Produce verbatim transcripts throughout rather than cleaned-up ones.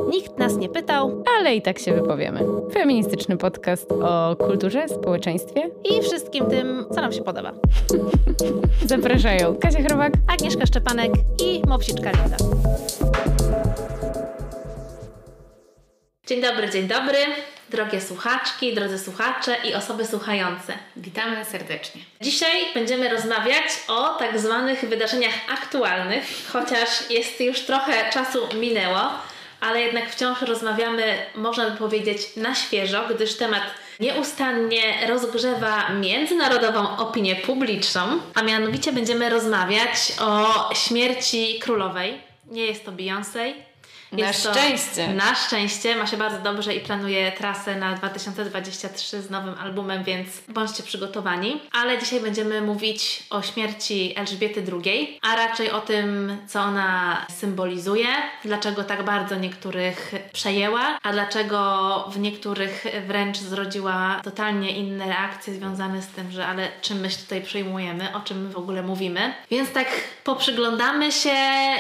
Nikt nas nie pytał, ale i tak się wypowiemy. Feministyczny podcast o kulturze, społeczeństwie i wszystkim tym, co nam się podoba. Zapraszają Kasia Chrobak, Agnieszka Szczepanek i Mopsiczka Linda. Dzień dobry, dzień dobry, drogie słuchaczki, drodzy słuchacze i osoby słuchające. Witamy serdecznie. Dzisiaj będziemy rozmawiać o tak zwanych wydarzeniach aktualnych, chociaż jest już trochę czasu minęło, ale jednak wciąż rozmawiamy, można by powiedzieć, na świeżo, gdyż temat nieustannie rozgrzewa międzynarodową opinię publiczną, a mianowicie będziemy rozmawiać o śmierci królowej. Nie jest to Beyoncé. Na szczęście. Na szczęście. Ma się bardzo dobrze i planuje trasę na dwa tysiące dwudziesty trzeci z nowym albumem, więc bądźcie przygotowani. Ale dzisiaj będziemy mówić o śmierci Elżbiety drugiej, a raczej o tym, co ona symbolizuje, dlaczego tak bardzo niektórych przejęła, a dlaczego w niektórych wręcz zrodziła totalnie inne reakcje związane z tym, że ale czym my się tutaj przejmujemy, o czym my w ogóle mówimy. Więc tak poprzyglądamy się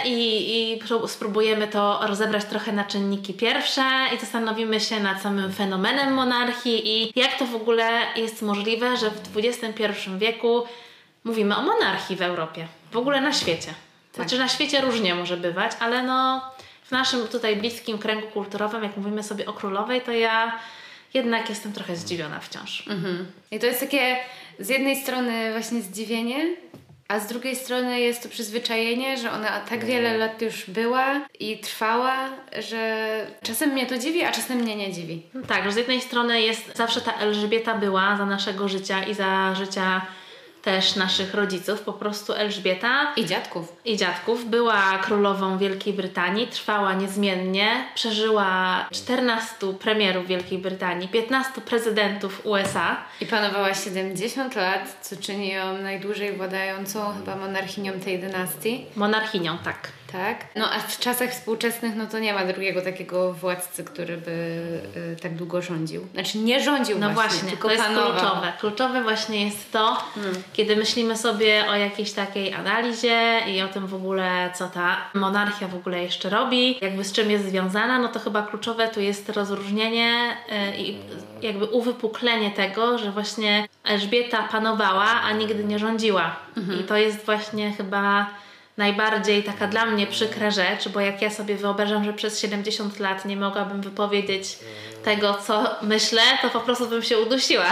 i, i spróbujemy to rozebrać trochę na czynniki pierwsze i zastanowimy się nad samym fenomenem monarchii i jak to w ogóle jest możliwe, że w dwudziestym pierwszym wieku mówimy o monarchii w Europie, w ogóle na świecie. Tak. Znaczy na świecie różnie może bywać, ale no w naszym tutaj bliskim kręgu kulturowym, jak mówimy sobie o królowej, to ja jednak jestem trochę zdziwiona wciąż. Mhm. I to jest takie z jednej strony właśnie zdziwienie, a z drugiej strony jest to przyzwyczajenie, że ona tak wiele lat już była i trwała, że czasem mnie to dziwi, a czasem mnie nie dziwi. No tak, że z jednej strony jest zawsze ta Elżbieta była za naszego życia i za życia też naszych rodziców, po prostu Elżbieta i dziadków. I dziadków była królową Wielkiej Brytanii, trwała niezmiennie, przeżyła czternastu premierów Wielkiej Brytanii, piętnastu prezydentów U S A. I panowała siedemdziesiąt lat, co czyni ją najdłużej władającą chyba monarchinią tej dynastii. Monarchinią, tak. Tak. No a w czasach współczesnych no to nie ma drugiego takiego władcy, który by y, tak długo rządził. Znaczy nie rządził no właśnie, właśnie, tylko to jest panował. kluczowe. Kluczowe właśnie jest to, hmm. kiedy myślimy sobie o jakiejś takiej analizie i o tym w ogóle, co ta monarchia w ogóle jeszcze robi, jakby z czym jest związana, no to chyba kluczowe tu jest rozróżnienie y, i jakby uwypuklenie tego, że właśnie Elżbieta panowała, a nigdy nie rządziła. Mhm. I to jest właśnie chyba najbardziej taka dla mnie przykra rzecz, bo jak ja sobie wyobrażam, że przez siedemdziesiąt lat nie mogłabym wypowiedzieć tego, co myślę, to po prostu bym się udusiła.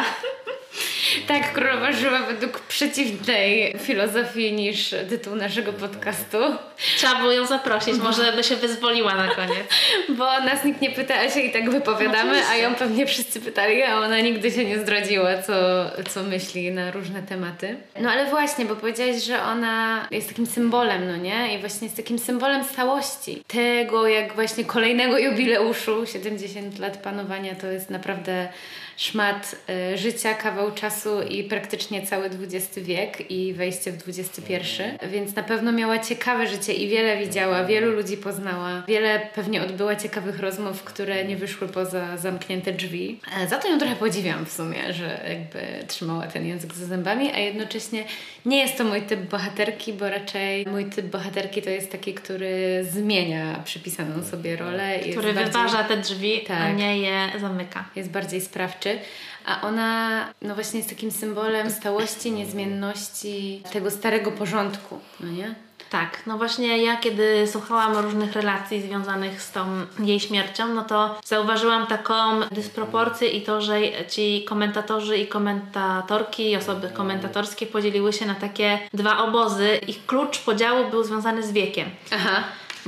Tak, królowa żyła według przeciwnej filozofii niż tytuł naszego podcastu. Trzeba było ją zaprosić, może by się wyzwoliła na koniec. Bo nas nikt nie pyta, a się i tak wypowiadamy, no, a ją pewnie wszyscy pytali, a ona nigdy się nie zdradziła, co, co myśli na różne tematy. No ale właśnie, bo powiedziałaś, że ona jest takim symbolem, no nie? I właśnie jest takim symbolem stałości. Tego, jak właśnie kolejnego jubileuszu, siedemdziesiąt lat panowania, to jest naprawdę szmat y, życia, kawał czasu i praktycznie cały dwudziesty wiek i wejście w dwudziesty pierwszy. Więc na pewno miała ciekawe życie i wiele widziała, wielu ludzi poznała, wiele pewnie odbyła ciekawych rozmów, które nie wyszły poza zamknięte drzwi. E, za to ją trochę podziwiam w sumie, że jakby trzymała ten język za zębami, a jednocześnie nie jest to mój typ bohaterki, bo raczej mój typ bohaterki to jest taki, który zmienia przypisaną sobie rolę. Który jest wyważa bardziej, te drzwi, tak, a nie je zamyka. Jest bardziej sprawczy. A ona no właśnie jest takim symbolem stałości, niezmienności tego starego porządku, no nie? Tak, no właśnie ja kiedy słuchałam różnych relacji związanych z tą jej śmiercią, no to zauważyłam taką dysproporcję i to, że ci komentatorzy i komentatorki i osoby komentatorskie podzieliły się na takie dwa obozy. Ich klucz podziału był związany z wiekiem. Aha.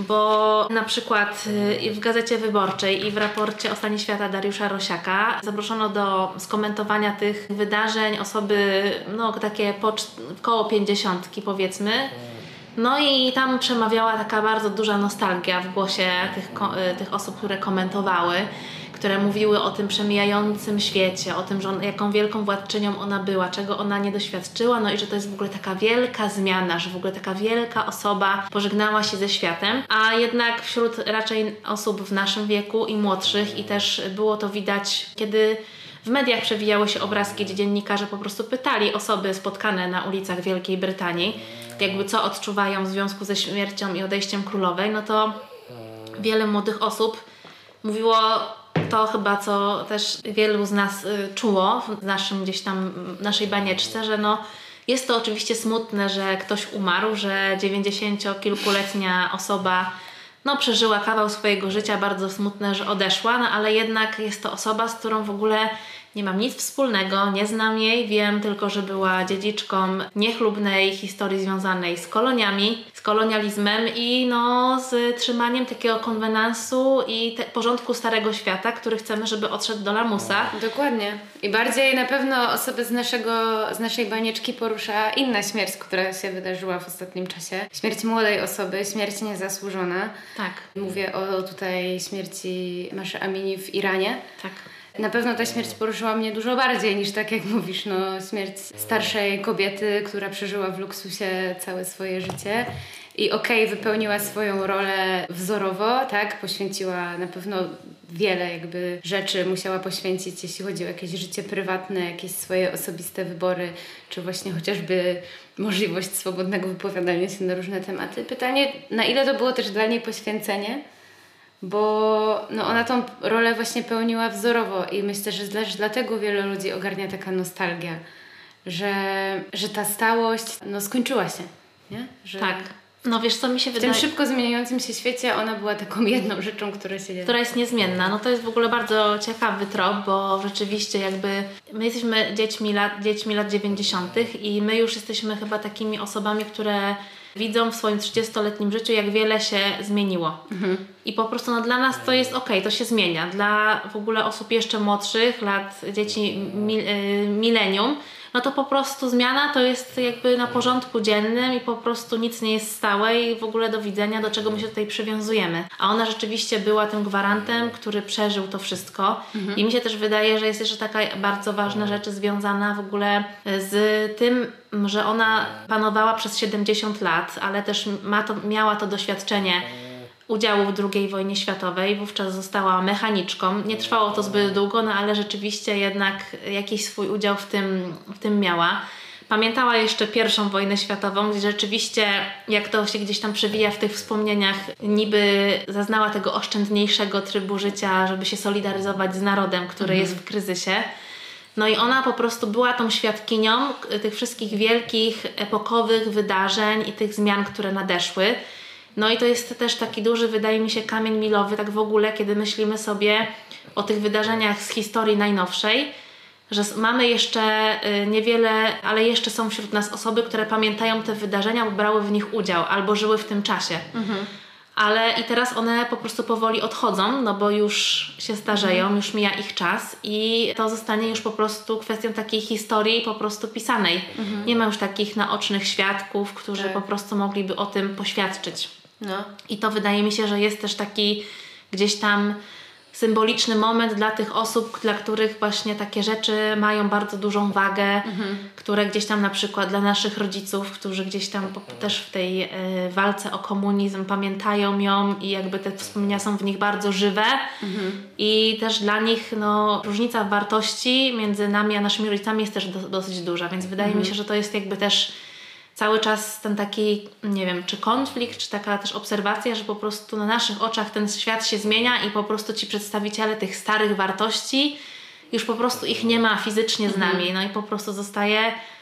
Bo na przykład w Gazecie Wyborczej i w raporcie o stanie świata Dariusza Rosiaka zaproszono do skomentowania tych wydarzeń osoby no takie po, koło pięćdziesiątki powiedzmy. No i tam przemawiała taka bardzo duża nostalgia w głosie tych, tych osób, które komentowały, które mówiły o tym przemijającym świecie, o tym, że on, jaką wielką władczynią ona była, czego ona nie doświadczyła, no i że to jest w ogóle taka wielka zmiana, że w ogóle taka wielka osoba pożegnała się ze światem, a jednak wśród raczej osób w naszym wieku i młodszych i też było to widać, kiedy w mediach przewijały się obrazki, gdzie dziennikarze po prostu pytali osoby spotkane na ulicach Wielkiej Brytanii, jakby co odczuwają w związku ze śmiercią i odejściem królowej, no to wiele młodych osób mówiło to chyba, co też wielu z nas y, czuło w naszym gdzieś tam, naszej banieczce, że no jest to oczywiście smutne, że ktoś umarł, że dziewięćdziesięciokilkuletnia osoba no przeżyła kawał swojego życia, bardzo smutne, że odeszła, no ale jednak jest to osoba, z którą w ogóle nie mam nic wspólnego, nie znam jej, wiem tylko, że była dziedziczką niechlubnej historii związanej z koloniami, z kolonializmem i no z trzymaniem takiego konwenansu i te, porządku Starego Świata, który chcemy, żeby odszedł do lamusa. Dokładnie. I bardziej na pewno osoby z, naszego, z naszej banieczki porusza inna śmierć, która się wydarzyła w ostatnim czasie. Śmierć młodej osoby, śmierć niezasłużona. Tak. Mówię o tutaj śmierci Masy Amini w Iranie. Tak. Na pewno ta śmierć poruszyła mnie dużo bardziej niż, tak jak mówisz, no, śmierć starszej kobiety, która przeżyła w luksusie całe swoje życie i okej, okay, wypełniła swoją rolę wzorowo, tak, poświęciła na pewno wiele jakby rzeczy, musiała poświęcić, jeśli chodzi o jakieś życie prywatne, jakieś swoje osobiste wybory, czy właśnie chociażby możliwość swobodnego wypowiadania się na różne tematy. Pytanie, na ile to było też dla niej poświęcenie? Bo no ona tą rolę właśnie pełniła wzorowo i myślę, że też dlatego wielu ludzi ogarnia taka nostalgia, że, że ta stałość no skończyła się, nie? Że tak. No wiesz co mi się w wydaje... tym szybko zmieniającym się świecie ona była taką jedną rzeczą, która się... Która jest niezmienna. No to jest w ogóle bardzo ciekawy trop, bo rzeczywiście jakby my jesteśmy dziećmi lat, dziećmi lat dziewięćdziesiątych i my już jesteśmy chyba takimi osobami, które widzą w swoim trzydziestoletnim życiu, jak wiele się zmieniło. Mhm. I po prostu no, dla nas to jest okej, to się zmienia. Dla w ogóle osób jeszcze młodszych, lat dzieci mil, y, milenium, no to po prostu zmiana to jest jakby na porządku dziennym i po prostu nic nie jest stałe i w ogóle do widzenia, do czego my się tutaj przywiązujemy. A ona rzeczywiście była tym gwarantem, który przeżył to wszystko. Mhm. I mi się też wydaje, że jest jeszcze taka bardzo ważna rzecz związana w ogóle z tym, że ona panowała przez siedemdziesiąt lat, ale też ma to, miała to doświadczenie udziału w drugiej wojnie światowej, wówczas została mechaniczką. Nie trwało to zbyt długo, no ale rzeczywiście jednak jakiś swój udział w tym, w tym miała. Pamiętała jeszcze pierwszą wojnę światową, gdzie rzeczywiście, jak to się gdzieś tam przewija w tych wspomnieniach, niby zaznała tego oszczędniejszego trybu życia, żeby się solidaryzować z narodem, który mhm. jest w kryzysie. No i ona po prostu była tą świadkinią tych wszystkich wielkich, epokowych wydarzeń i tych zmian, które nadeszły. No i to jest też taki duży, wydaje mi się, kamień milowy, tak w ogóle, kiedy myślimy sobie o tych wydarzeniach z historii najnowszej, że mamy jeszcze niewiele, ale jeszcze są wśród nas osoby, które pamiętają te wydarzenia, bo brały w nich udział albo żyły w tym czasie. Mhm. Ale i teraz one po prostu powoli odchodzą, no bo już się starzeją, mhm. już mija ich czas i to zostanie już po prostu kwestią takiej historii po prostu pisanej. Mhm. Nie ma już takich naocznych świadków, którzy tak. po prostu mogliby o tym poświadczyć. No. I to wydaje mi się, że jest też taki gdzieś tam symboliczny moment dla tych osób, dla których właśnie takie rzeczy mają bardzo dużą wagę, mhm. które gdzieś tam na przykład dla naszych rodziców, którzy gdzieś tam po, też w tej y, walce o komunizm pamiętają ją i jakby te wspomnienia są w nich bardzo żywe mhm. i też dla nich no, różnica wartości między nami a naszymi rodzicami jest też do, dosyć duża, więc wydaje mhm. mi się, że to jest jakby też cały czas ten taki, nie wiem, czy konflikt, czy taka też obserwacja, że po prostu na naszych oczach ten świat się zmienia i po prostu ci przedstawiciele tych starych wartości już po prostu ich nie ma fizycznie z nami, no i po prostu zostaje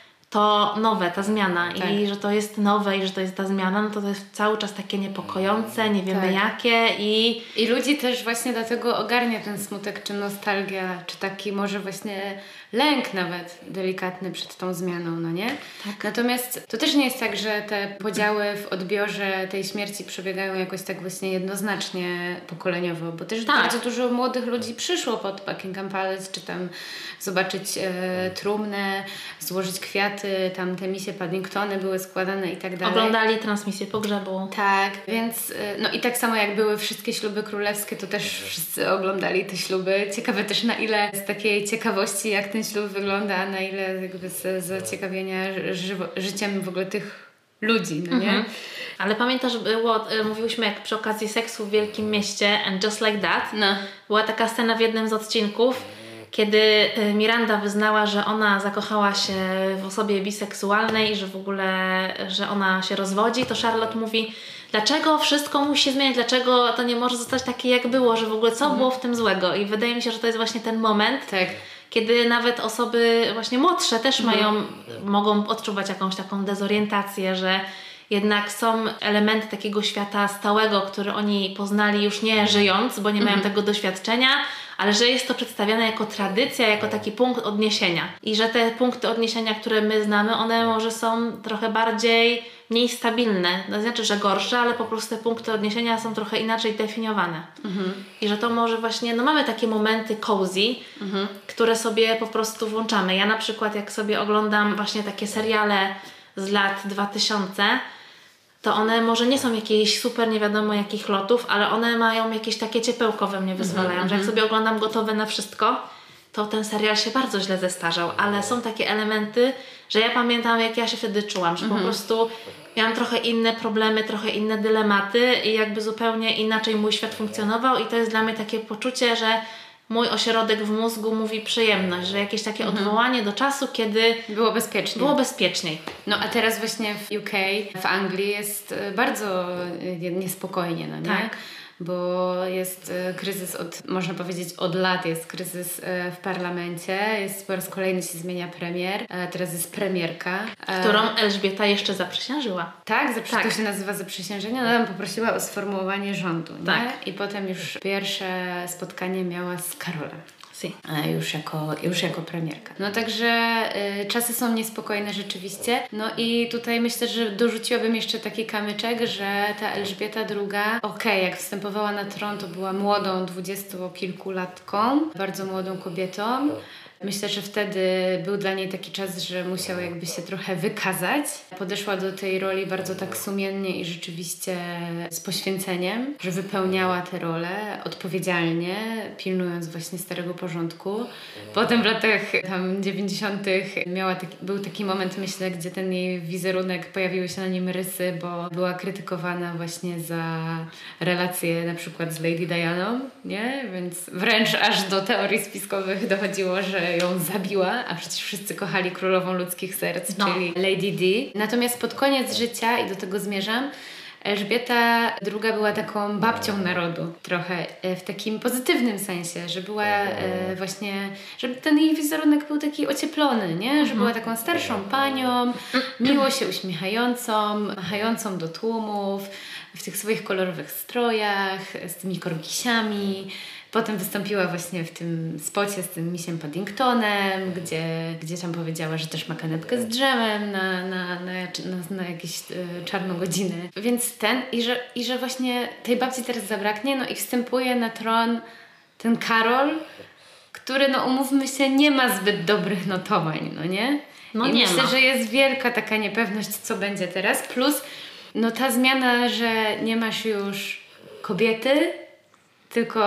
to nowe, ta zmiana tak. i że to jest nowe i że to jest ta zmiana, no to to jest cały czas takie niepokojące, nie wiemy tak. jakie i... I ludzi też właśnie dlatego ogarnia ten smutek, czy nostalgia, czy taki może właśnie lęk nawet delikatny przed tą zmianą, no nie? Tak. Natomiast to też nie jest tak, że te podziały w odbiorze tej śmierci przebiegają jakoś tak właśnie jednoznacznie pokoleniowo, bo też tak. bardzo dużo młodych ludzi przyszło pod Buckingham Palace, czy tam zobaczyć e, trumnę, złożyć kwiaty, tam te misje Paddingtony były składane i tak dalej. Oglądali transmisję pogrzebu. Tak, więc e, no i tak samo jak były wszystkie śluby królewskie, to też wszyscy oglądali te śluby. Ciekawe też na ile z takiej ciekawości, jak ten ślub wygląda, a na ile jakby z zaciekawienia żywo, życiem w ogóle tych ludzi, no nie? Mhm. Ale pamiętasz, było, mówiłyśmy jak przy okazji seksu w wielkim mieście And Just Like That, no. była taka scena w jednym z odcinków, kiedy Miranda wyznała, że ona zakochała się w osobie biseksualnej i że w ogóle, że ona się rozwodzi, to Charlotte mówi, dlaczego wszystko musi się zmieniać, dlaczego to nie może zostać takie jak było, że w ogóle co mhm. było w tym złego i wydaje mi się, że to jest właśnie ten moment, tak. kiedy nawet osoby właśnie młodsze też mhm. mają, mogą odczuwać jakąś taką dezorientację, że jednak są elementy takiego świata stałego, który oni poznali już nie żyjąc, bo nie mają mhm. tego doświadczenia, ale że jest to przedstawiane jako tradycja, jako taki punkt odniesienia. I że te punkty odniesienia, które my znamy, one może są trochę bardziej, mniej stabilne. To znaczy, że gorsze, ale po prostu te punkty odniesienia są trochę inaczej definiowane. Mhm. I że to może właśnie, no mamy takie momenty cozy, mhm. które sobie po prostu włączamy. Ja na przykład jak sobie oglądam właśnie takie seriale z lat dwa tysiące, to one może nie są jakieś super nie wiadomo jakich lotów, ale one mają jakieś takie ciepełko we mnie wyzwalają, mm-hmm. że jak sobie oglądam Gotowe na wszystko, to ten serial się bardzo źle zestarzał, ale są takie elementy, że ja pamiętam jak ja się wtedy czułam, że mm-hmm. po prostu miałam trochę inne problemy, trochę inne dylematy i jakby zupełnie inaczej mój świat funkcjonował i to jest dla mnie takie poczucie, że mój ośrodek w mózgu mówi przyjemność, że jakieś takie mhm. odwołanie do czasu, kiedy było bezpiecznie. Było bezpieczniej. No a teraz właśnie w U K, w Anglii jest bardzo niespokojnie, no nie? Tak. Bo jest kryzys od, można powiedzieć od lat jest kryzys w parlamencie, jest po raz kolejny się zmienia premier, teraz jest premierka. Którą Elżbieta jeszcze zaprzysiężyła. Tak? Zaprzy- tak. To się nazywa zaprzysiężenie, no tam poprosiła o sformułowanie rządu, nie? Tak. I potem już pierwsze spotkanie miała z Karolem. Już jako, już jako premierka. No także y, czasy są niespokojne rzeczywiście. No i tutaj myślę, że dorzuciłabym jeszcze taki kamyczek, że ta Elżbieta druga, okej, okay, jak wstępowała na tron, to była młodą, dwudziestokilkulatką, bardzo młodą kobietą. Myślę, że wtedy był dla niej taki czas, że musiała jakby się trochę wykazać. Podeszła do tej roli bardzo tak sumiennie i rzeczywiście z poświęceniem, że wypełniała tę rolę odpowiedzialnie, pilnując właśnie starego porządku. Potem w latach tam dziewięćdziesiątych miała taki, był taki moment, myślę, gdzie ten jej wizerunek, pojawiły się na nim rysy, bo była krytykowana właśnie za relacje na przykład z Lady Dianą, nie? Więc wręcz aż do teorii spiskowych dochodziło, że ją zabiła, a przecież wszyscy kochali królową ludzkich serc, no. czyli Lady Di. Natomiast pod koniec życia, i do tego zmierzam, Elżbieta druga była taką babcią narodu trochę, w takim pozytywnym sensie, że była e, właśnie, że ten jej wizerunek był taki ocieplony, nie? Że mhm. była taką starszą panią, miło się uśmiechającą, machającą do tłumów, w tych swoich kolorowych strojach, z tymi korgisiami. Potem wystąpiła właśnie w tym spocie z tym misiem Paddingtonem, gdzie, gdzie tam powiedziała, że też ma kanapkę z dżemem na, na, na, na, na jakieś y, czarną godzinę. Więc ten, i że, i że właśnie tej babci teraz zabraknie, no i wstępuje na tron ten Karol, który, no umówmy się, nie ma zbyt dobrych notowań, no nie? No I nie myślę, ma. że jest wielka taka niepewność, co będzie teraz. Plus, no ta zmiana, że nie masz już kobiety, tylko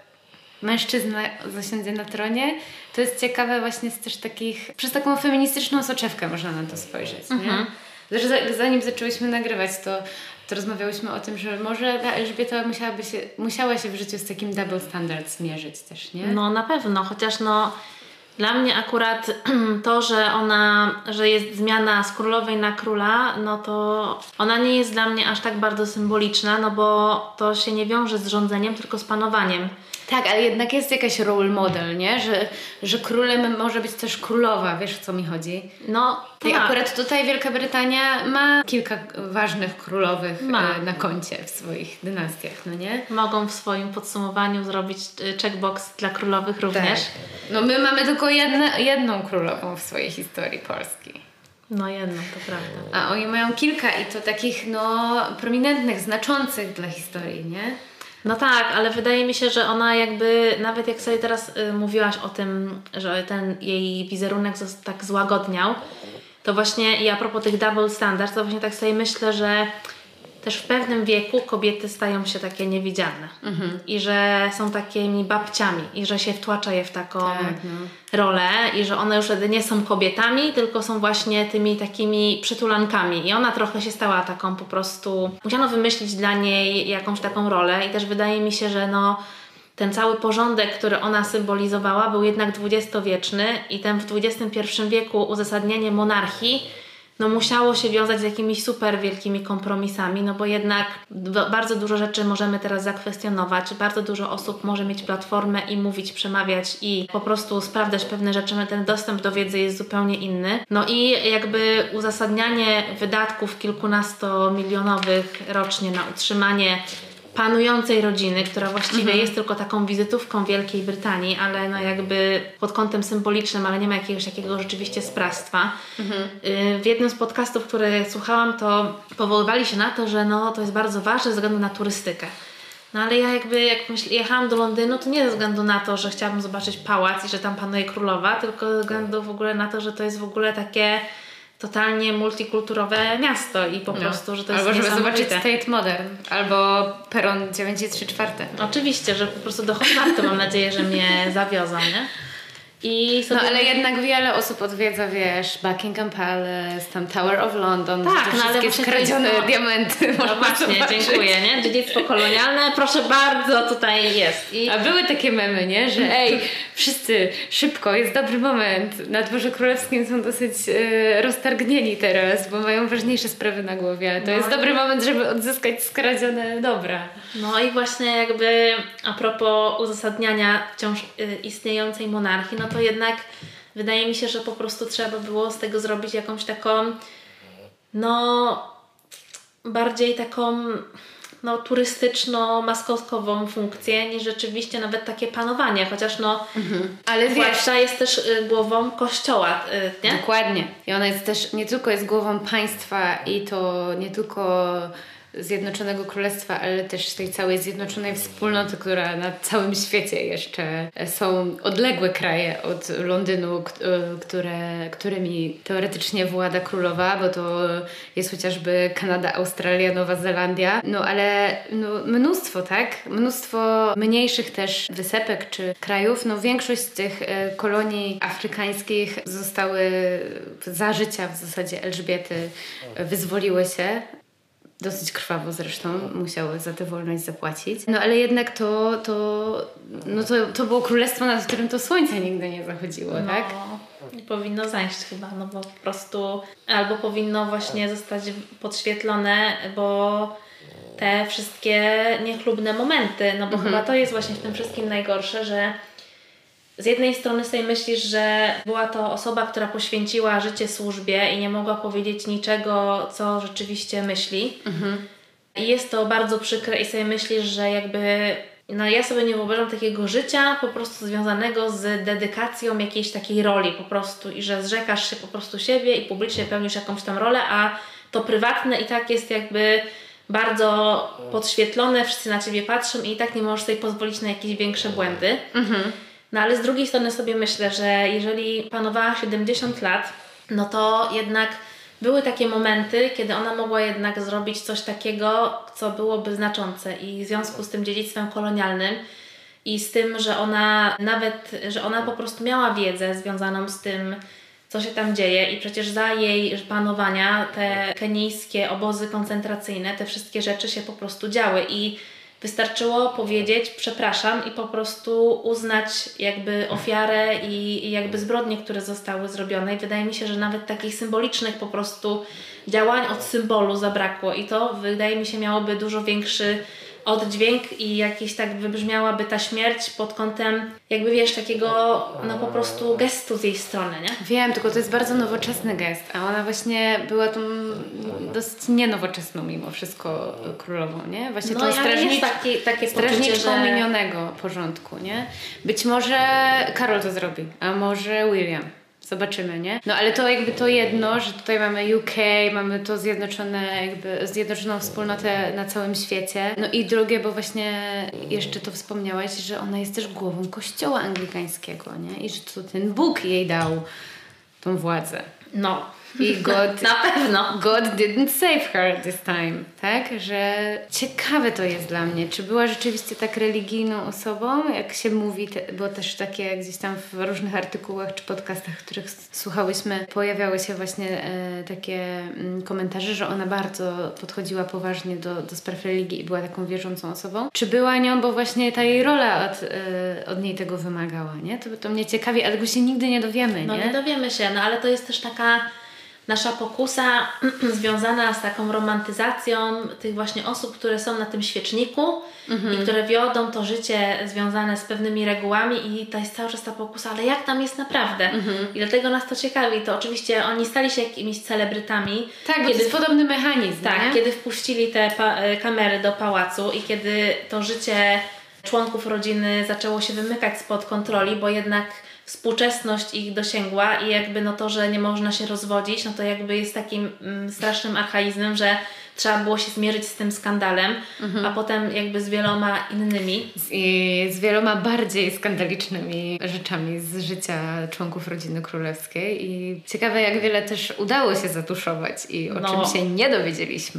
mężczyzna zasiądzie na tronie, to jest ciekawe właśnie z też takich, przez taką feministyczną soczewkę można na to spojrzeć, mhm. nie? Że zanim zaczęłyśmy nagrywać, to, to rozmawiałyśmy o tym, że może ta Elżbieta musiałaby się, musiała się w życiu z takim double standard zmierzyć też, nie? No na pewno, chociaż no dla mnie akurat to, że ona, że jest zmiana z królowej na króla, no to ona nie jest dla mnie aż tak bardzo symboliczna, no bo to się nie wiąże z rządzeniem, tylko z panowaniem. Tak, ale jednak jest jakaś role model, nie? Że, że królem może być też królowa, wiesz o co mi chodzi? No tak. I akurat tutaj Wielka Brytania ma kilka ważnych królowych ma. na koncie w swoich dynastiach, no nie? Mogą w swoim podsumowaniu zrobić checkbox dla królowych również. Tak. No my mamy tylko jedne, jedną królową w swojej historii Polski. No jedną, to prawda. A oni mają kilka i to takich no prominentnych, znaczących dla historii, nie? No tak, ale wydaje mi się, że ona jakby, nawet jak sobie teraz y, mówiłaś o tym, że ten jej wizerunek zos- tak złagodniał, to właśnie i a propos tych double standards, to właśnie tak sobie myślę, że też w pewnym wieku kobiety stają się takie niewidzialne mhm. i że są takimi babciami i że się wtłacza je w taką tak, no. rolę i że one już wtedy nie są kobietami, tylko są właśnie tymi takimi przytulankami i ona trochę się stała taką po prostu, musiano wymyślić dla niej jakąś taką rolę i też wydaje mi się, że no ten cały porządek, który ona symbolizowała, był jednak dwudziestowieczny i ten w dwudziestym pierwszym wieku uzasadnienie monarchii no musiało się wiązać z jakimiś super wielkimi kompromisami, no bo jednak do, bardzo dużo rzeczy możemy teraz zakwestionować, bardzo dużo osób może mieć platformę i mówić, przemawiać i po prostu sprawdzać pewne rzeczy, ten dostęp do wiedzy jest zupełnie inny. No i jakby uzasadnianie wydatków kilkunastomilionowych rocznie na utrzymanie panującej rodziny, która właściwie mhm. jest tylko taką wizytówką Wielkiej Brytanii, ale no jakby pod kątem symbolicznym, ale nie ma jakiegoś takiego rzeczywiście sprawstwa. Mhm. W jednym z podcastów, które słuchałam, to powoływali się na to, że no to jest bardzo ważne ze względu na turystykę. No ale ja jakby jak myśl, jechałam do Londynu, to nie ze względu na to, że chciałabym zobaczyć pałac i że tam panuje królowa, tylko ze względu w ogóle na to, że to jest w ogóle takie totalnie multikulturowe miasto i po no. prostu, że to jest albo żeby niesamowite. zobaczyć Tate Modern, albo Peron dziewięć i trzy czwarte. Oczywiście, że po prostu do Hogwartu mam nadzieję, że mnie zawiozą, nie? I sobie... No ale jednak wiele osób odwiedza, wiesz, Buckingham Palace, tam Tower of London, tak, te no, wszystkie skradzione no, diamenty. No właśnie, zobaczyć. Dziękuję, nie? Dziedzictwo kolonialne, proszę bardzo, tutaj jest. I... A były takie memy, nie? Że ej, wszyscy, szybko, jest dobry moment. Na dworze królewskim są dosyć e, roztargnieni teraz, bo mają ważniejsze sprawy na głowie. To no jest i... dobry moment, żeby odzyskać skradzione dobra. No i właśnie jakby a propos uzasadniania wciąż y, istniejącej monarchii, no to jednak wydaje mi się, że po prostu trzeba było z tego zrobić jakąś taką no bardziej taką no turystyczno-maskotkową funkcję niż rzeczywiście nawet takie panowanie, chociaż no mhm. ale władca jest też y, głową kościoła, y, nie? Dokładnie. I ona jest też, nie tylko jest głową państwa i to nie tylko Zjednoczonego Królestwa, ale też tej całej zjednoczonej wspólnoty, która na całym świecie jeszcze są odległe kraje od Londynu, które, którymi teoretycznie włada królowa, bo to jest chociażby Kanada, Australia, Nowa Zelandia, no ale no, mnóstwo, tak? Mnóstwo mniejszych też wysepek czy krajów, no większość z tych kolonii afrykańskich zostały za życia w zasadzie Elżbiety wyzwoliły się. Dosyć krwawo zresztą musiały za tę wolność zapłacić. No ale jednak to, to, no to, to było królestwo, nad którym to słońce nigdy nie zachodziło, no, tak? Nie powinno zajść chyba, no bo po prostu albo powinno właśnie zostać podświetlone, bo te wszystkie niechlubne momenty, no bo mhm. chyba to jest właśnie w tym wszystkim najgorsze, że z jednej strony sobie myślisz, że była to osoba, która poświęciła życie służbie i nie mogła powiedzieć niczego, co rzeczywiście myśli. Mhm. I jest to bardzo przykre i sobie myślisz, że jakby no ja sobie nie wyobrażam takiego życia po prostu związanego z dedykacją jakiejś takiej roli po prostu i że zrzekasz się po prostu siebie i publicznie pełnisz jakąś tam rolę, a to prywatne i tak jest jakby bardzo podświetlone, wszyscy na ciebie patrzą i i tak nie możesz sobie pozwolić na jakieś większe błędy. Mhm. No ale z drugiej strony sobie myślę, że jeżeli panowała siedemdziesiąt lat, no to jednak były takie momenty, kiedy ona mogła jednak zrobić coś takiego, co byłoby znaczące i w związku z tym dziedzictwem kolonialnym i z tym, że ona nawet, że ona po prostu miała wiedzę związaną z tym, co się tam dzieje i przecież za jej panowania te kenijskie obozy koncentracyjne, te wszystkie rzeczy się po prostu działy i wystarczyło powiedzieć przepraszam i po prostu uznać jakby ofiarę i, i jakby zbrodnie, które zostały zrobione i wydaje mi się, że nawet takich symbolicznych po prostu działań od symbolu zabrakło i to wydaje mi się miałoby dużo większy oddźwięk i jakieś tak wybrzmiałaby ta śmierć pod kątem jakby wiesz takiego no po prostu gestu z jej strony, nie? Wiem, tylko to jest bardzo nowoczesny gest, a ona właśnie była tą dosyć nienowoczesną mimo wszystko królową, nie? Właśnie no, tą strażnicz... taki, takie strażniczką że... minionego porządku, nie? Być może Karol to zrobi, a może William. Zobaczymy, nie? No ale to jakby to jedno, że tutaj mamy U K, mamy to zjednoczone, jakby zjednoczoną wspólnotę na całym świecie. No i drugie, bo właśnie jeszcze to wspomniałaś, że ona jest też głową kościoła anglikańskiego, nie? I że to ten Bóg jej dał tą władzę. No. I God, na pewno. God didn't save her this time, tak? Że ciekawe to jest dla mnie. Czy była rzeczywiście tak religijną osobą, jak się mówi, te, bo też takie gdzieś tam w różnych artykułach czy podcastach, których słuchałyśmy, pojawiały się właśnie e, takie m, komentarze, że ona bardzo podchodziła poważnie do, do spraw religii i była taką wierzącą osobą. Czy była nią, bo właśnie ta jej rola od, e, od niej tego wymagała, nie? To, to mnie ciekawi, ale go się nigdy nie dowiemy, no, nie? No nie dowiemy się, no ale to jest też taka nasza pokusa związana z taką romantyzacją tych właśnie osób, które są na tym świeczniku mhm. i które wiodą to życie związane z pewnymi regułami i to jest cały czas ta pokusa, ale jak tam jest naprawdę? Mhm. I dlatego nas to ciekawi. To oczywiście oni stali się jakimiś celebrytami. Tak, kiedy, bo to jest podobny mechanizm. Tak, nie? kiedy wpuścili te pa- kamery do pałacu i kiedy to życie członków rodziny zaczęło się wymykać spod kontroli, bo jednak współczesność ich dosięgła i jakby no to, że nie można się rozwodzić, no to jakby jest takim mm, strasznym archaizmem, że trzeba było się zmierzyć z tym skandalem, mhm. a potem jakby z wieloma innymi. Z, I z wieloma bardziej skandalicznymi rzeczami z życia członków rodziny królewskiej i ciekawe jak wiele też udało się zatuszować i o no. czym się nie dowiedzieliśmy.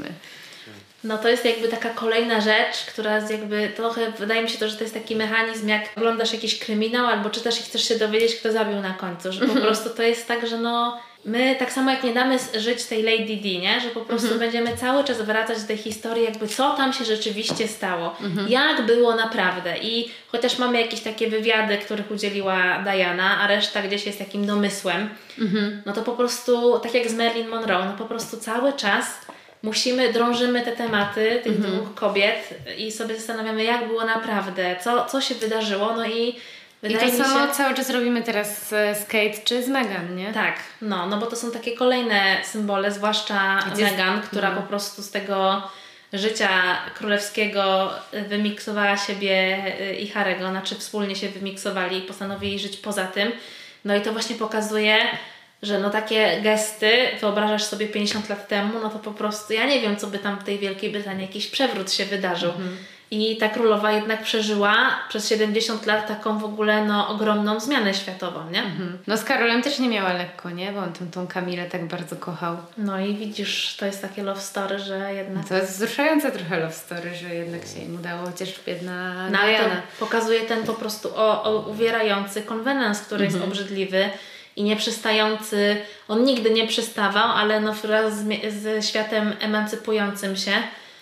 No to jest jakby taka kolejna rzecz, która jest jakby trochę, wydaje mi się to, że to jest taki mechanizm, jak oglądasz jakiś kryminał albo czytasz i chcesz się dowiedzieć, kto zabił na końcu, że po prostu to jest tak, że no my tak samo jak nie damy żyć tej Lady Di, nie? Że po prostu mhm. będziemy cały czas wracać do tej historii, jakby co tam się rzeczywiście stało, mhm. jak było naprawdę i chociaż mamy jakieś takie wywiady, których udzieliła Diana, a reszta gdzieś jest takim domysłem, mhm. no to po prostu, tak jak z Marilyn Monroe, no po prostu cały czas musimy, drążymy te tematy tych mhm. dwóch kobiet i sobie zastanawiamy, jak było naprawdę, co, co się wydarzyło, no i wydaje I to mi samo się... cały czas robimy teraz z Kate czy z Meghan, nie? Tak, no, no bo to są takie kolejne symbole, zwłaszcza Gdzie Meghan, z... która no. po prostu z tego życia królewskiego wymiksowała siebie i Harry'ego, znaczy wspólnie się wymiksowali i postanowili żyć poza tym. No i to właśnie pokazuje, że no takie gesty, wyobrażasz sobie pięćdziesiąt lat temu, no to po prostu ja nie wiem, co by tam w tej Wielkiej Brytanii, jakiś przewrót się wydarzył. Mhm. I ta królowa jednak przeżyła przez siedemdziesiąt lat taką w ogóle no ogromną zmianę światową, nie? Mhm. No z Karolem też nie miała lekko, nie? Bo on tą, tą Kamilę tak bardzo kochał. No i widzisz, to jest takie love story, że jednak... To jest wzruszające trochę love story, że jednak się im udało, chociaż biedna no, Diana. Pokazuje ten po prostu o, o uwierający konwenans, który mhm. jest obrzydliwy i nieprzystający, on nigdy nie przystawał, ale no wraz z, z światem emancypującym się,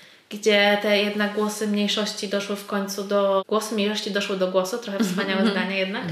gdzie te jednak głosy mniejszości doszły w końcu do... Głosy mniejszości doszły do głosu, trochę wspaniałe zdanie jednak,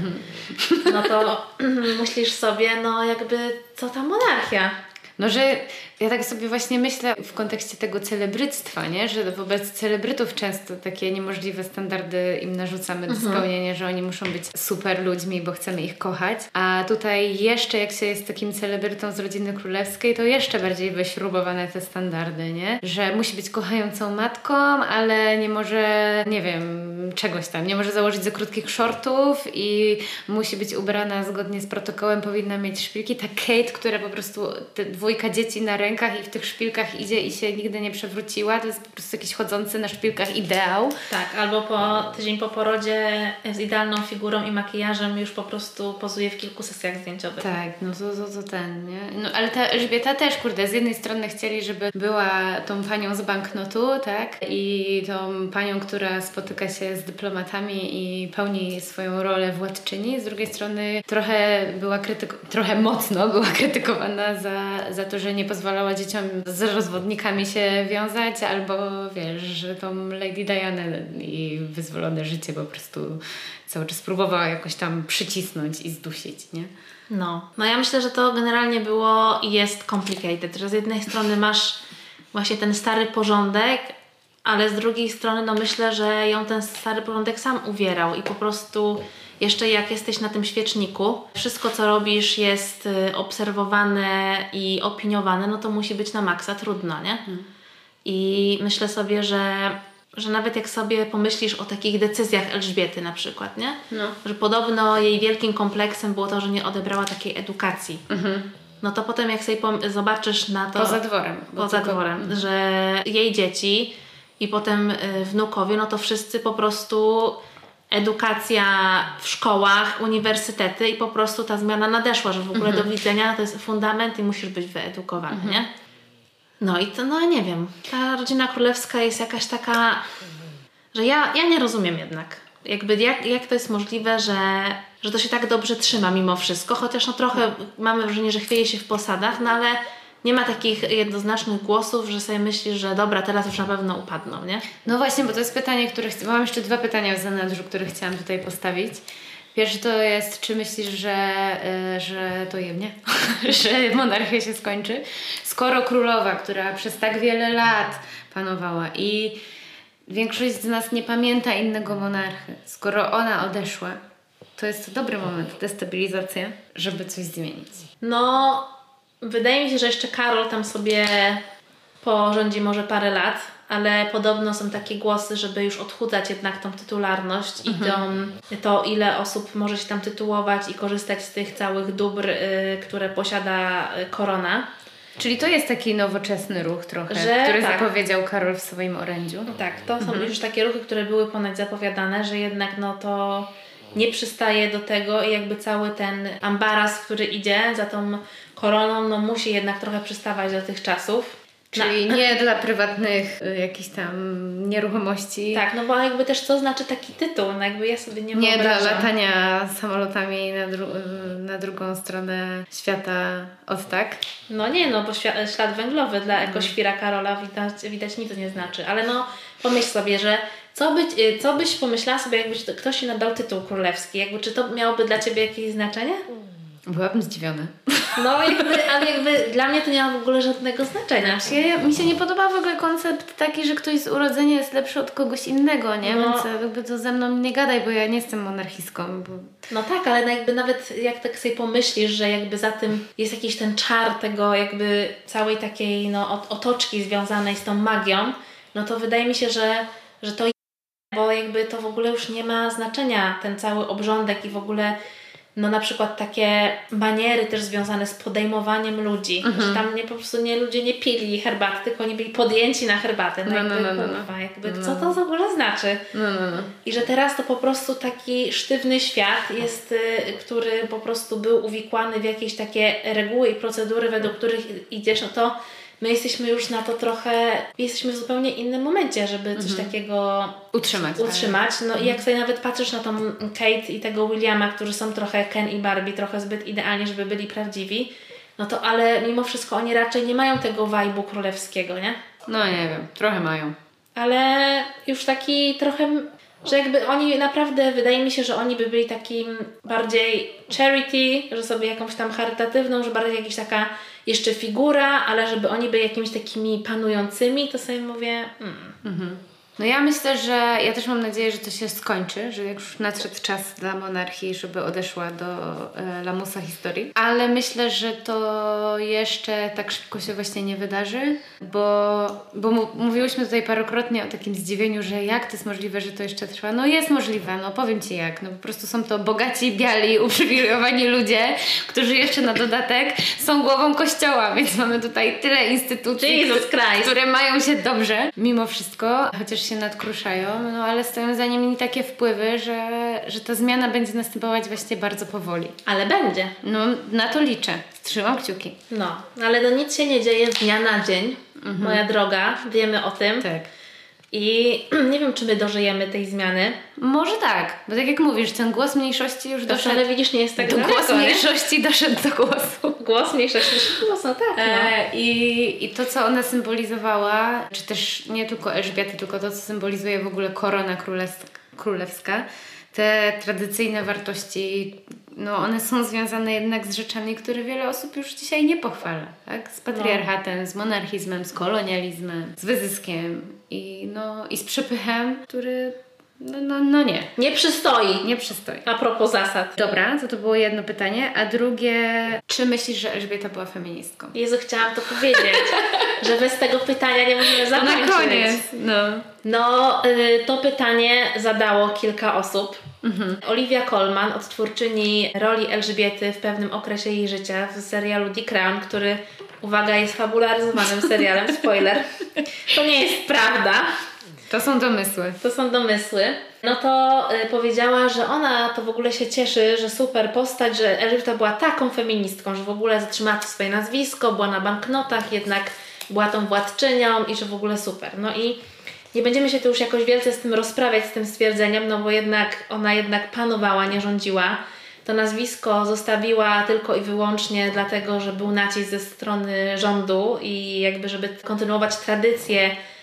no to myślisz sobie, no jakby co ta monarchia? No, że ja tak sobie właśnie myślę w kontekście tego celebryctwa, nie? Że wobec celebrytów często takie niemożliwe standardy im narzucamy do mhm. spełnienia, że oni muszą być super ludźmi, bo chcemy ich kochać. A tutaj jeszcze jak się jest takim celebrytą z rodziny królewskiej, to jeszcze bardziej wyśrubowane te standardy, nie? Że musi być kochającą matką, ale nie może, nie wiem, czegoś tam. Nie może założyć za krótkich shortów i musi być ubrana zgodnie z protokołem, powinna mieć szpilki. Ta Kate, która po prostu te dwójka dzieci na rękach i w tych szpilkach idzie i się nigdy nie przewróciła. To jest po prostu jakiś chodzący na szpilkach ideał. Tak, albo po tydzień po porodzie z idealną figurą i makijażem już po prostu pozuje w kilku sesjach zdjęciowych. Tak, no to, to, to ten, nie? No ale ta Elżbieta też, kurde, z jednej strony chcieli, żeby była tą panią z banknotu, tak? I tą panią, która spotyka się z dyplomatami i pełni swoją rolę władczyni. Z drugiej strony trochę była krytyko- trochę mocno była krytykowana za, za to, że nie pozwalała dzieciom z rozwodnikami się wiązać, albo wiesz, że tą Lady Diana i wyzwolone życie po prostu cały czas próbowała jakoś tam przycisnąć i zdusić, nie? No, no ja myślę, że to generalnie było i jest complicated, że z jednej strony masz właśnie ten stary porządek, ale z drugiej strony no myślę, że ją ten stary porządek sam uwierał i po prostu jeszcze jak jesteś na tym świeczniku, wszystko co robisz jest obserwowane i opiniowane, no to musi być na maksa trudno, nie? Hmm. I myślę sobie, że, że nawet jak sobie pomyślisz o takich decyzjach Elżbiety na przykład, nie? No. Że podobno jej wielkim kompleksem było to, że nie odebrała takiej edukacji. Mhm. No to potem jak sobie pom- zobaczysz na to... Poza dworem. Poza tylko... dworem, mhm. że jej dzieci i potem y, wnukowie, no to wszyscy po prostu... edukacja w szkołach, uniwersytety i po prostu ta zmiana nadeszła, że w ogóle mhm. do widzenia to jest fundament i musisz być wyedukowany, mhm. nie? No i to, no nie wiem, ta rodzina królewska jest jakaś taka, że ja, ja nie rozumiem jednak, jakby jak, jak to jest możliwe, że, że to się tak dobrze trzyma mimo wszystko, chociaż no trochę mamy wrażenie, że chwieje się w posadach, no ale nie ma takich jednoznacznych głosów, że sobie myślisz, że dobra, teraz już na pewno upadną, nie? No właśnie, bo to jest pytanie, które chcę... Mam jeszcze dwa pytania w zanadrzu, które chciałam tutaj postawić. Pierwsze to jest, czy myślisz, że, y, że to jemnie? Że monarchia się skończy? Skoro królowa, która przez tak wiele lat panowała i większość z nas nie pamięta innego monarchy, skoro ona odeszła, to jest to dobry moment, destabilizacja, żeby coś zmienić. No, wydaje mi się, że jeszcze Karol tam sobie porządzi może parę lat, ale podobno są takie głosy, żeby już odchudzać jednak tą tytularność mhm. i tą, to, ile osób może się tam tytułować i korzystać z tych całych dóbr, y, które posiada korona. Czyli to jest taki nowoczesny ruch trochę, że, który tak. zapowiedział Karol w swoim orędziu. Tak, to są mhm. już takie ruchy, które były ponoć zapowiadane, że jednak no to nie przystaje do tego i jakby cały ten ambaras, który idzie za tą koroną, no musi jednak trochę przystawać do tych czasów. Czyli no. nie dla prywatnych y, jakichś tam nieruchomości. Tak, no bo jakby też co znaczy taki tytuł, no jakby ja sobie nie Nie wyobrażam. dla latania samolotami na, dru- na drugą stronę świata od tak. No nie, no bo ślad, ślad węglowy dla ekoświra Karola widać, widać nic nie znaczy, ale no pomyśl sobie, że co, być, co byś pomyślała sobie, jakby ktoś ci nadał tytuł królewski, jakby czy to miałoby dla Ciebie jakieś znaczenie? Byłabym zdziwiona. No jakby, ale jakby dla mnie to nie ma w ogóle żadnego znaczenia. Znaczy, ja, mi się nie podoba w ogóle koncept taki, że ktoś z urodzenia jest lepszy od kogoś innego, nie? No. Więc jakby to ze mną nie gadaj, bo ja nie jestem monarchistką. Bo... No tak, ale no jakby nawet jak tak sobie pomyślisz, że jakby za tym jest jakiś ten czar tego jakby całej takiej no otoczki związanej z tą magią, no to wydaje mi się, że, że to bo jakby to w ogóle już nie ma znaczenia, ten cały obrządek i w ogóle no na przykład takie maniery też związane z podejmowaniem ludzi, mhm. że tam nie, po prostu nie, ludzie nie pili herbaty, tylko oni byli podjęci na herbatę. No, no, jakby, no, no, no, kurwa, jakby no. Co to w ogóle znaczy? No, no, no. I że teraz to po prostu taki sztywny świat jest, który po prostu był uwikłany w jakieś takie reguły i procedury, według których idziesz, no to my jesteśmy już na to trochę, jesteśmy w zupełnie innym momencie, żeby coś mhm. takiego utrzymać. utrzymać. No mhm. i jak sobie nawet patrzysz na tą Kate i tego Williama, którzy są trochę Ken i Barbie, trochę zbyt idealni, żeby byli prawdziwi, no to ale mimo wszystko oni raczej nie mają tego vibe'u królewskiego, nie? No nie wiem, trochę mają. Ale już taki trochę, że jakby oni naprawdę, wydaje mi się, że oni by byli takim bardziej charity, że sobie jakąś tam charytatywną, że bardziej jakaś taka jeszcze figura, ale żeby oni byli jakimiś takimi panującymi, to sobie mówię... Mm. Mhm. No ja myślę, że ja też mam nadzieję, że to się skończy, że jak już nadszedł czas dla monarchii, żeby odeszła do e, lamusa historii. Ale myślę, że to jeszcze tak szybko się właśnie nie wydarzy, bo, bo m- mówiłyśmy tutaj parokrotnie o takim zdziwieniu, że jak to jest możliwe, że to jeszcze trwa. No jest możliwe, no powiem Ci jak. No po prostu są to bogaci, biali, uprzywilejowani ludzie, którzy jeszcze na dodatek są głową kościoła, więc mamy tutaj tyle instytucji, które mają się dobrze mimo wszystko, chociaż się nadkruszają, no ale stoją za nimi takie wpływy, że, że ta zmiana będzie następować właśnie bardzo powoli. Ale będzie. No na to liczę. Trzymam kciuki. No, ale no nic się nie dzieje z dnia na dzień, mhm. moja droga. Wiemy o tym. Tak. I nie wiem, czy my dożyjemy tej zmiany. Może tak, bo tak jak mówisz, ten głos mniejszości już doszedł... Ale widzisz, nie jest tak do daleko, głos mniejszości nie? doszedł do głosu. Głos mniejszości, głos, no tak. No. E, i, I to, co ona symbolizowała, czy też nie tylko Elżbiety, tylko to, co symbolizuje w ogóle korona królewska, królewska te tradycyjne wartości, no one są związane jednak z rzeczami, które wiele osób już dzisiaj nie pochwala, tak? Z patriarchatem, no. z monarchizmem, z kolonializmem, z wyzyskiem i, no, i z przepychem, który no, no, no nie. Nie przystoi. Nie przystoi. A propos zasad. Dobra, to to było jedno pytanie, a drugie, czy myślisz, że Elżbieta była feministką? Jezu, chciałam to powiedzieć, że bez tego pytania nie możemy zakończyć. To na koniec, no. No, y, to pytanie zadało kilka osób. Mhm. Olivia Colman, odtwórczyni roli Elżbiety w pewnym okresie jej życia w serialu The Crown, który, uwaga, jest fabularyzowanym serialem, spoiler. To nie jest prawda. To są domysły. To są domysły. No to y, powiedziała, że ona to w ogóle się cieszy, że super postać, że Elżbieta była taką feministką, że w ogóle zatrzymała to swoje nazwisko, była na banknotach, jednak była tą władczynią i że w ogóle super. No i nie będziemy się tu już jakoś wielce z tym rozprawiać, z tym stwierdzeniem, no bo jednak ona jednak panowała, nie rządziła. To nazwisko zostawiła tylko i wyłącznie dlatego, że był nacisk ze strony rządu i jakby żeby kontynuować tradycję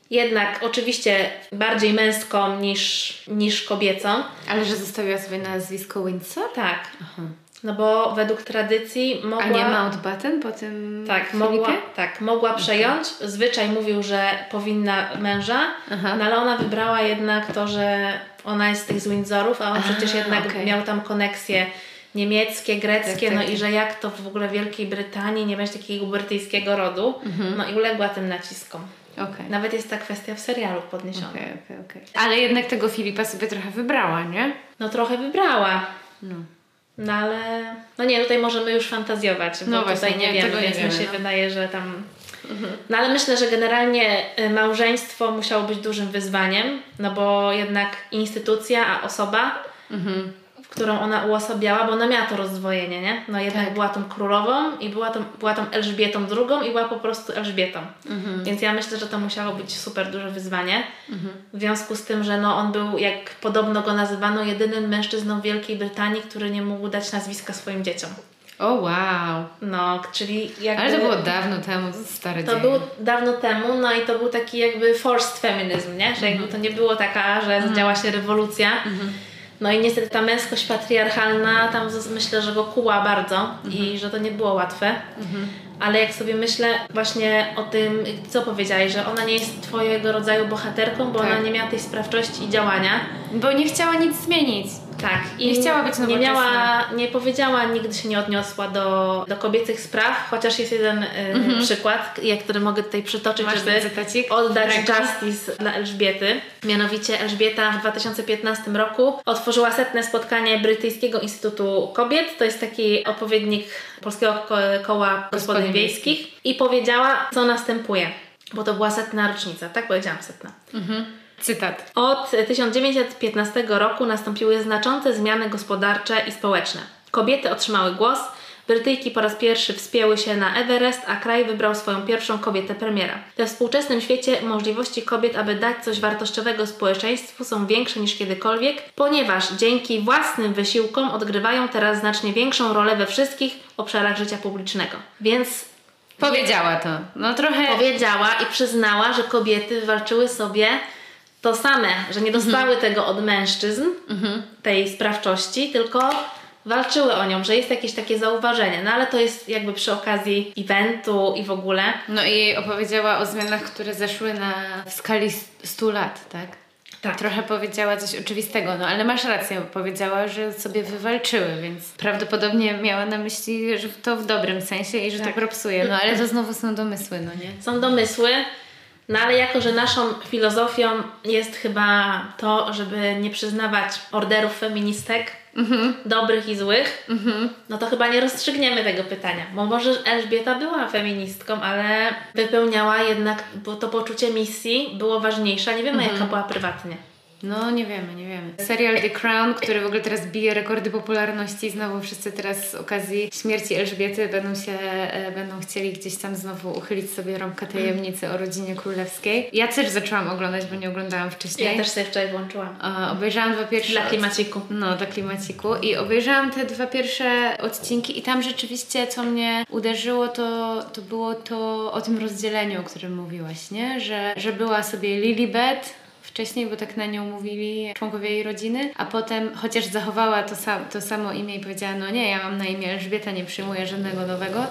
jednak oczywiście bardziej męską niż, niż kobiecą. Ale że zostawiła sobie nazwisko Windsor? Tak. Aha. No bo według tradycji mogła... A nie Mountbatten po tym Tak, Filipie? mogła, tak, mogła przejąć. Okay. Zwyczaj mówił, że powinna męża, Aha. no ale ona wybrała jednak to, że ona jest z tych z Windsorów, a on a, przecież jednak okay. miał tam koneksje niemieckie, greckie, tak, tak, no tak. i że jak to w ogóle w Wielkiej Brytanii nie będzie takiego brytyjskiego rodu, mhm. no i uległa tym naciskom. Okay. Nawet jest ta kwestia w serialu podniesiona. Okay, okay, okay. Ale jednak tego Filipa sobie trochę wybrała, nie? No trochę wybrała. No. No ale... No nie, tutaj możemy już fantazjować, bo no właśnie, tutaj nie, nie wiemy, więc mi się no. wydaje, że tam... Mhm. No ale myślę, że generalnie małżeństwo musiało być dużym wyzwaniem, no bo jednak instytucja, a osoba... Mhm. którą ona uosabiała, bo ona miała to rozdwojenie, nie? No jednak tak. była tą królową i była tą, była tą Elżbietą drugą i była po prostu Elżbietą. Mhm. Więc ja myślę, że to musiało być super duże wyzwanie. Mhm. W związku z tym, że no on był, jak podobno go nazywano, jedynym mężczyzną w Wielkiej Brytanii, który nie mógł dać nazwiska swoim dzieciom. O oh, wow! No, czyli jakby... Ale to było dawno temu, stare To dzieje. było dawno temu, no i to był taki jakby forced feminism, nie? Że mhm. jakby to nie było taka, że mhm. zadziała się rewolucja. Mhm. No i niestety ta męskość patriarchalna tam myślę, że go kuła bardzo mhm. i że to nie było łatwe. Mhm. Ale jak sobie myślę właśnie o tym, co powiedziałaś, że ona nie jest twojego rodzaju bohaterką, bo tak. ona nie miała tej sprawczości i działania. Bo nie chciała nic zmienić. Tak. I nie chciała być nowoczesna. Nie miała, nie powiedziała, nigdy się nie odniosła do, do kobiecych spraw, chociaż jest jeden y, mm-hmm. przykład, jak, który mogę tutaj przytoczyć, Masz żeby cytacik? oddać justice dla Elżbiety. Mianowicie Elżbieta w dwa tysiące piętnastym roku otworzyła setne spotkanie Brytyjskiego Instytutu Kobiet. To jest taki odpowiednik Polskiego ko- Koła Gospodyń Wiejskich. I powiedziała, co następuje. Bo to była setna rocznica, tak powiedziałam, setna. Mhm. Cytat. Od tysiąc dziewięćset piętnastego roku nastąpiły znaczące zmiany gospodarcze i społeczne. Kobiety otrzymały głos, Brytyjki po raz pierwszy wspięły się na Everest, a kraj wybrał swoją pierwszą kobietę premiera. We współczesnym świecie możliwości kobiet, aby dać coś wartościowego społeczeństwu, są większe niż kiedykolwiek, ponieważ dzięki własnym wysiłkom odgrywają teraz znacznie większą rolę we wszystkich obszarach życia publicznego. Więc... Powiedziała to. No trochę... Powiedziała i przyznała, że kobiety wywalczyły sobie to same, że nie dostały mhm. tego od mężczyzn, mhm. tej sprawczości, tylko walczyły o nią, że jest jakieś takie zauważenie. No ale to jest jakby przy okazji eventu i w ogóle. No i opowiedziała o zmianach, które zeszły na w skali stu lat, tak? Tak. Trochę powiedziała coś oczywistego, no ale masz rację, powiedziała, że sobie wywalczyły, więc prawdopodobnie miała na myśli, że to w dobrym sensie i że tak. to propsuje. No ale to znowu są domysły, no nie? Są domysły. No ale jako, że naszą filozofią jest chyba to, żeby nie przyznawać orderów feministek, mm-hmm. dobrych i złych, mm-hmm. no to chyba nie rozstrzygniemy tego pytania. Bo może Elżbieta była feministką, ale wypełniała jednak, bo to poczucie misji było ważniejsze. Nie wiemy, mm-hmm. jaka była prywatnie. No nie wiemy, nie wiemy. Serial The Crown, który w ogóle teraz bije rekordy popularności, znowu wszyscy teraz z okazji śmierci Elżbiety będą się, e, będą chcieli gdzieś tam znowu uchylić sobie rąbka tajemnicy o rodzinie królewskiej. Ja też zaczęłam oglądać, bo nie oglądałam wcześniej. Ja też sobie wczoraj włączyłam. E, obejrzałam dwa pierwsze... Dla klimaciku. Od... No, dla klimaciku. I obejrzałam te dwa pierwsze odcinki i tam rzeczywiście, co mnie uderzyło, to, to było to o tym rozdzieleniu, o którym mówiłaś, nie? Że, że była sobie Lilibet wcześniej, bo tak na nią mówili członkowie jej rodziny, a potem, chociaż zachowała to, sam, to samo imię i powiedziała, no nie, ja mam na imię Elżbieta, nie przyjmuję żadnego nowego,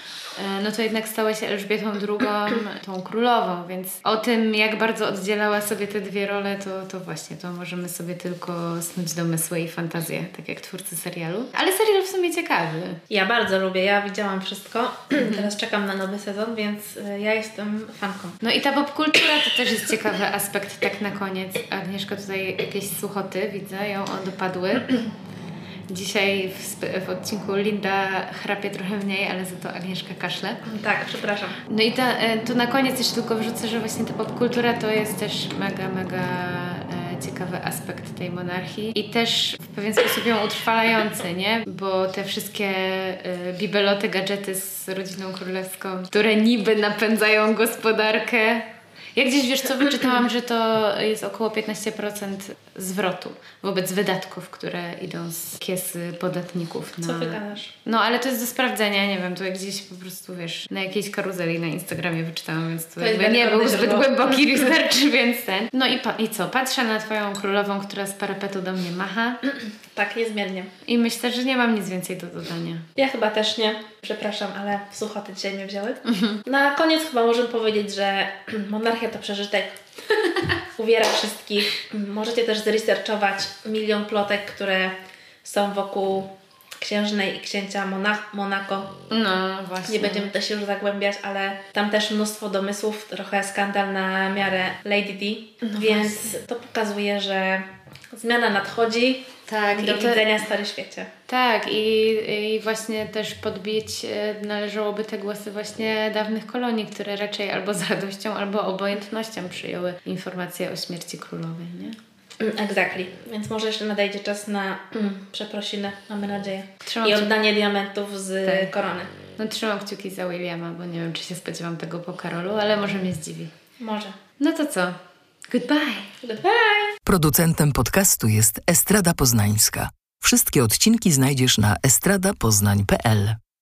no to jednak stała się Elżbietą drugą, tą królową, więc o tym, jak bardzo oddzielała sobie te dwie role, to, to właśnie, to możemy sobie tylko snuć domysły i fantazje, tak jak twórcy serialu. Ale serial w sumie ciekawy. Ja bardzo lubię, ja widziałam wszystko, teraz czekam na nowy sezon, więc ja jestem fanką. No i ta popkultura to też jest ciekawy aspekt, tak na koniec. Agnieszka tutaj jakieś słuchoty, widzę, ją dopadły. Dzisiaj w, sp- w odcinku Linda chrapie trochę mniej, ale za to Agnieszka kaszle. Tak, przepraszam. No i ta, to na koniec jeszcze tylko wrzucę, że właśnie ta popkultura to jest też mega, mega e, ciekawy aspekt tej monarchii i też w pewien sposób ją utrwalający, nie? Bo te wszystkie e, bibeloty, gadżety z rodziną królewską, które niby napędzają gospodarkę, Ja gdzieś, wiesz co, wyczytałam, że to jest około piętnaście procent zwrotu wobec wydatków, które idą z kiesy podatników. Na... Co ty gadasz? No, ale to jest do sprawdzenia, nie wiem, to jak gdzieś po prostu, wiesz, na jakiejś karuzeli na Instagramie wyczytałam, więc to, to jakby nie był zbyt źródło. Głęboki research, więc ten. No i, pa- i co, patrzę na twoją królową, która z parapetu do mnie macha. Tak, niezmiennie. I myślę, że nie mam nic więcej do dodania. Ja chyba też nie. Przepraszam, ale suchoty dzisiaj mnie wzięły. Na koniec chyba możemy powiedzieć, że monarchia to przeżytek. Uwiera wszystkich. Możecie też zresearchować milion plotek, które są wokół księżnej i księcia Monach- Monako. No, właśnie. Nie będziemy też się już zagłębiać, ale tam też mnóstwo domysłów, trochę skandal na miarę Lady Di, no więc właśnie. To pokazuje, że zmiana nadchodzi. Tak, do i to, widzenia w Starym Świecie. Tak, i, i właśnie też podbić e, należałoby te głosy właśnie dawnych kolonii, które raczej albo z radością, albo obojętnością przyjęły informację o śmierci królowej, nie? Exactly. Więc może jeszcze nadejdzie czas na mm, przeprosiny, mamy nadzieję. Trzymam I oddanie diamentów z tak. korony. No trzymam kciuki za Williama, bo nie wiem, czy się spodziewam tego po Karolu, ale może mnie zdziwi. Może. No to co? Goodbye. Goodbye. Producentem podcastu jest Estrada Poznańska. Wszystkie odcinki znajdziesz na estrada poznań kropka p l.